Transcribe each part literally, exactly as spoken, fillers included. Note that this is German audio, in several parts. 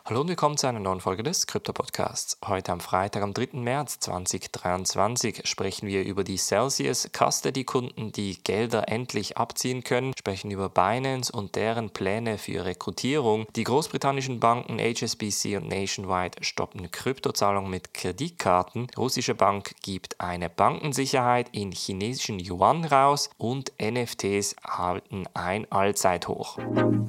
Hallo und willkommen zu einer neuen Folge des Krypto-Podcasts. Heute am Freitag, am dritten März zweitausenddreiundzwanzig, sprechen wir über die Celsius Custody-Kunden, die Gelder endlich abziehen können, sprechen über Binance und deren Pläne für Rekrutierung. Die großbritannischen Banken H S B C und Nationwide stoppen Kryptozahlungen mit Kreditkarten. Die russische Bank gibt eine Bankensicherheit in chinesischen Yuan raus und N F Ts halten ein Allzeithoch.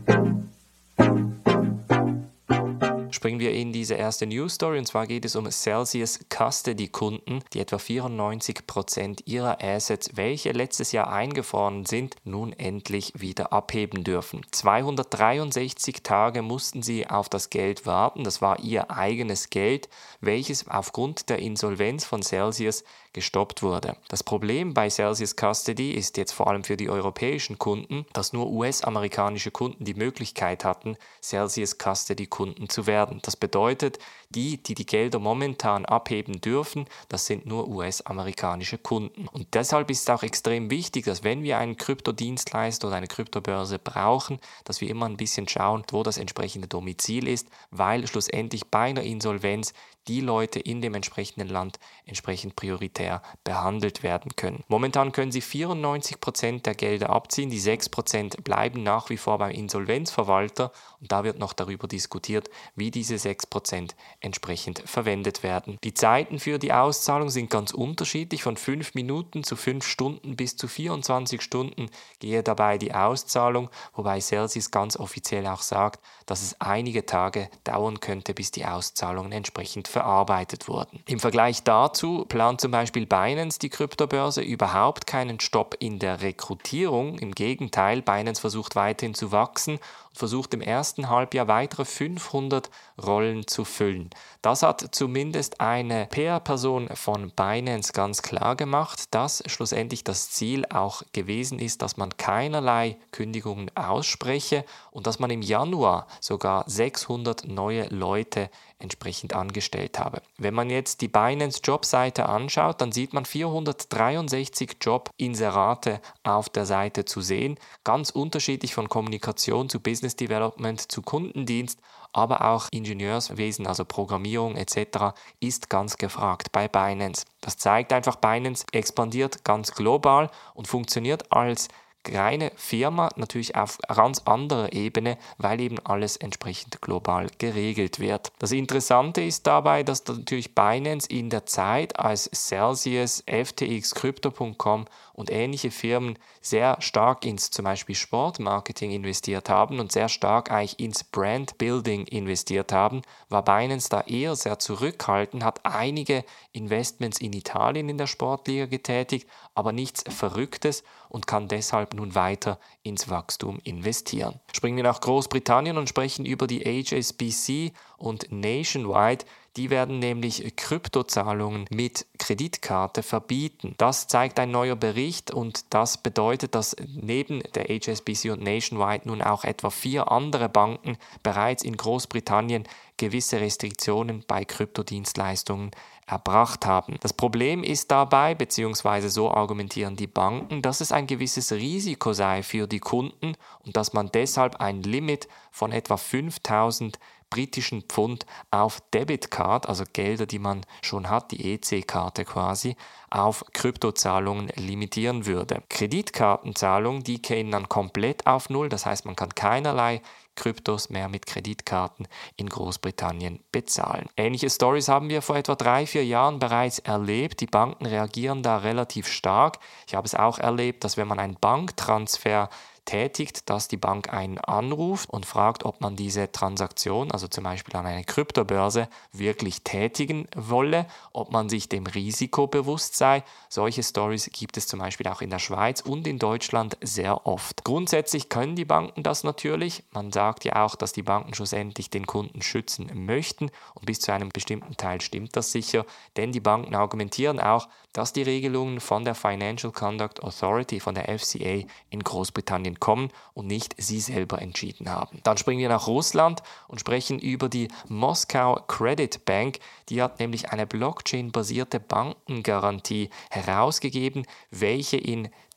Springen wir in diese erste News Story, und zwar geht es um Celsius Custody-Kunden, die etwa vierundneunzig Prozent ihrer Assets, welche letztes Jahr eingefroren sind, nun endlich wieder abheben dürfen. zweihundertdreiundsechzig Tage mussten sie auf das Geld warten, das war ihr eigenes Geld, welches aufgrund der Insolvenz von Celsius gestoppt wurde. Das Problem bei Celsius Custody ist jetzt vor allem für die europäischen Kunden, dass nur U S-amerikanische Kunden die Möglichkeit hatten, Celsius Custody-Kunden zu werden. Das bedeutet, die, die die Gelder momentan abheben dürfen, das sind nur U S-amerikanische Kunden. Und deshalb ist es auch extrem wichtig, dass wenn wir einen Kryptodienstleister oder eine Kryptobörse brauchen, dass wir immer ein bisschen schauen, wo das entsprechende Domizil ist, weil schlussendlich bei einer Insolvenz die Leute in dem entsprechenden Land entsprechend prioritär behandelt werden können. Momentan können sie vierundneunzig Prozent der Gelder abziehen, die sechs Prozent bleiben nach wie vor beim Insolvenzverwalter und da wird noch darüber diskutiert, wie diese sechs Prozent entsprechend verwendet werden. Die Zeiten für die Auszahlung sind ganz unterschiedlich, von fünf Minuten zu fünf Stunden bis zu vierundzwanzig Stunden gehe dabei die Auszahlung, wobei Celsius ganz offiziell auch sagt, dass es einige Tage dauern könnte, bis die Auszahlungen entsprechend verarbeitet wurden. Im Vergleich dazu plant zum Beispiel Binance, die Kryptobörse, überhaupt keinen Stopp in der Rekrutierung. Im Gegenteil, Binance versucht weiterhin zu wachsen und versucht im ersten Halbjahr weitere fünfhundert Rollen zu füllen. Das hat zumindest eine P R-Person von Binance ganz klar gemacht, dass schlussendlich das Ziel auch gewesen ist, dass man keinerlei Kündigungen ausspreche und dass man im Januar sogar sechshundert neue Leute entsprechend angestellt habe. Wenn man jetzt die Binance-Jobseite anschaut, dann sieht man vierhundertdreiundsechzig Job-Inserate auf der Seite zu sehen, ganz unterschiedlich von Kommunikation zu Business Development zu Kundendienst, aber auch Ingenieurswesen, also Programmierung et cetera ist ganz gefragt bei Binance. Das zeigt einfach, Binance expandiert ganz global und funktioniert als reine Firma, natürlich auf ganz anderer Ebene, weil eben alles entsprechend global geregelt wird. Das Interessante ist dabei, dass natürlich Binance in der Zeit, als Celsius, F T X, Crypto Punkt com und ähnliche Firmen sehr stark ins zum Beispiel Sportmarketing investiert haben und sehr stark eigentlich ins Brandbuilding investiert haben, war Binance da eher sehr zurückhaltend, hat einige Investments in Italien in der Sportliga getätigt, aber nichts Verrücktes und kann deshalb nun weiter ins Wachstum investieren. Springen wir nach Großbritannien und sprechen über die H S B C und Nationwide. Die werden nämlich Kryptozahlungen mit Kreditkarte verbieten. Das zeigt ein neuer Bericht und das bedeutet, dass neben der H S B C und Nationwide nun auch etwa vier andere Banken bereits in Großbritannien gewisse Restriktionen bei Kryptodienstleistungen erbracht haben. Das Problem ist dabei, beziehungsweise so argumentieren die Banken, dass es ein gewisses Risiko sei für die Kunden und dass man deshalb ein Limit von etwa fünftausend britischen Pfund auf Debitcard, also Gelder, die man schon hat, die E C-Karte quasi, auf Kryptozahlungen limitieren würde. Kreditkartenzahlungen, die gehen dann komplett auf Null, das heißt, man kann keinerlei Kryptos mehr mit Kreditkarten in Großbritannien bezahlen. Ähnliche Stories haben wir vor etwa drei, vier Jahren bereits erlebt. Die Banken reagieren da relativ stark. Ich habe es auch erlebt, dass wenn man einen Banktransfer tätigt, dass die Bank einen anruft und fragt, ob man diese Transaktion, also zum Beispiel an eine Kryptobörse, wirklich tätigen wolle, ob man sich dem Risiko bewusst sei. Solche Stories gibt es zum Beispiel auch in der Schweiz und in Deutschland sehr oft. Grundsätzlich können die Banken das natürlich. Man sagt ja auch, dass die Banken schlussendlich den Kunden schützen möchten und bis zu einem bestimmten Teil stimmt das sicher, denn die Banken argumentieren auch, dass die Regelungen von der Financial Conduct Authority, von der F C A in Großbritannien kommen und nicht sie selber entschieden haben. Dann springen wir nach Russland und sprechen über die Moskau Credit Bank. Die hat nämlich eine Blockchain-basierte Bankengarantie herausgegeben, welche in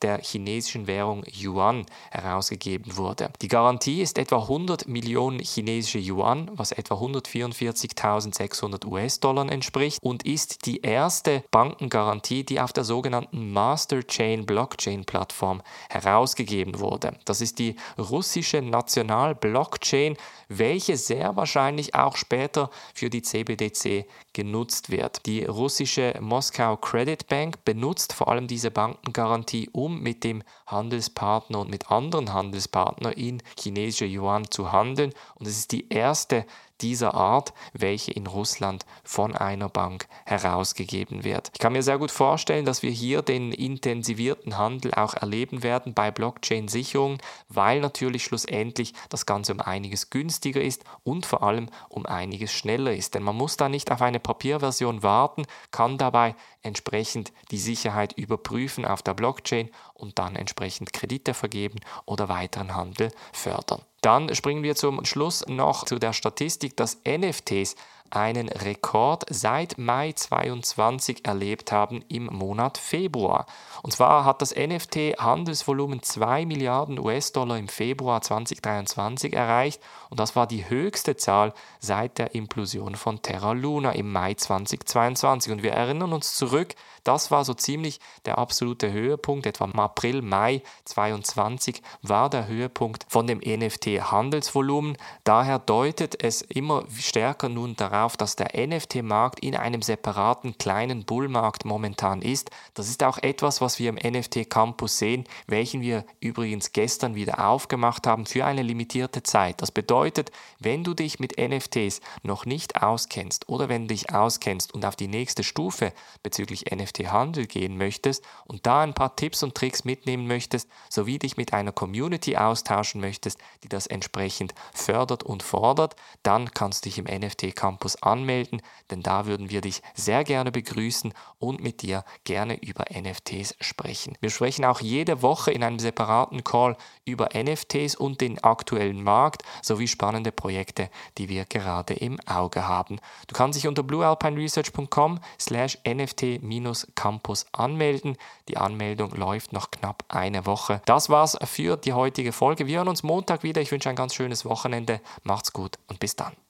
mit der chinesischen Währung Yuan herausgegeben wurde. Die Garantie ist etwa hundert Millionen chinesische Yuan, was etwa hundertvierundvierzigtausendsechshundert U S-Dollar entspricht und ist die erste Bankengarantie, die auf der sogenannten Masterchain Blockchain-Plattform herausgegeben wurde. Das ist die russische National-Blockchain, welche sehr wahrscheinlich auch später für die C B D C genutzt wird. Die russische Moskau Credit Bank benutzt vor allem diese Bankengarantie, um mit dem Handelspartner und mit anderen Handelspartnern in chinesischer Yuan zu handeln, und es ist die erste dieser Art, welche in Russland von einer Bank herausgegeben wird. Ich kann mir sehr gut vorstellen, dass wir hier den intensivierten Handel auch erleben werden bei Blockchain-Sicherungen, weil natürlich schlussendlich das Ganze um einiges günstiger ist und vor allem um einiges schneller ist. Denn man muss da nicht auf eine Papierversion warten, kann dabei entsprechend die Sicherheit überprüfen auf der Blockchain und dann entsprechend Kredite vergeben oder weiteren Handel fördern. Dann springen wir zum Schluss noch zu der Statistik, dass N F Ts einen Rekord seit Mai zweiundzwanzig erlebt haben im Monat Februar. Und zwar hat das N F T-Handelsvolumen zwei Milliarden U S-Dollar im Februar zweitausenddreiundzwanzig erreicht und das war die höchste Zahl seit der Implosion von Terra Luna im Mai zweitausendzweiundzwanzig. Und wir erinnern uns zurück, das war so ziemlich der absolute Höhepunkt, etwa im April, Mai zweitausendzweiundzwanzig war der Höhepunkt von dem N F T-Handelsvolumen. Daher deutet es immer stärker nun darauf, dass der N F T-Markt in einem separaten kleinen Bullmarkt momentan ist. Das ist auch etwas, was wir im N F T-Campus sehen, welchen wir übrigens gestern wieder aufgemacht haben für eine limitierte Zeit. Das bedeutet, wenn du dich mit N F Ts noch nicht auskennst oder wenn du dich auskennst und auf die nächste Stufe bezüglich N F T-Handel gehen möchtest und da ein paar Tipps und Tricks mitnehmen möchtest, sowie dich mit einer Community austauschen möchtest, die das entsprechend fördert und fordert, dann kannst du dich im N F T-Campus anmelden, denn da würden wir dich sehr gerne begrüßen und mit dir gerne über N F Ts sprechen. Wir sprechen auch jede Woche in einem separaten Call über N F Ts und den aktuellen Markt sowie spannende Projekte, die wir gerade im Auge haben. Du kannst dich unter blue alpine research punkt com slash N F T Campus anmelden. Die Anmeldung läuft noch knapp eine Woche. Das war's für die heutige Folge. Wir hören uns Montag wieder. Ich wünsche ein ganz schönes Wochenende. Macht's gut und bis dann.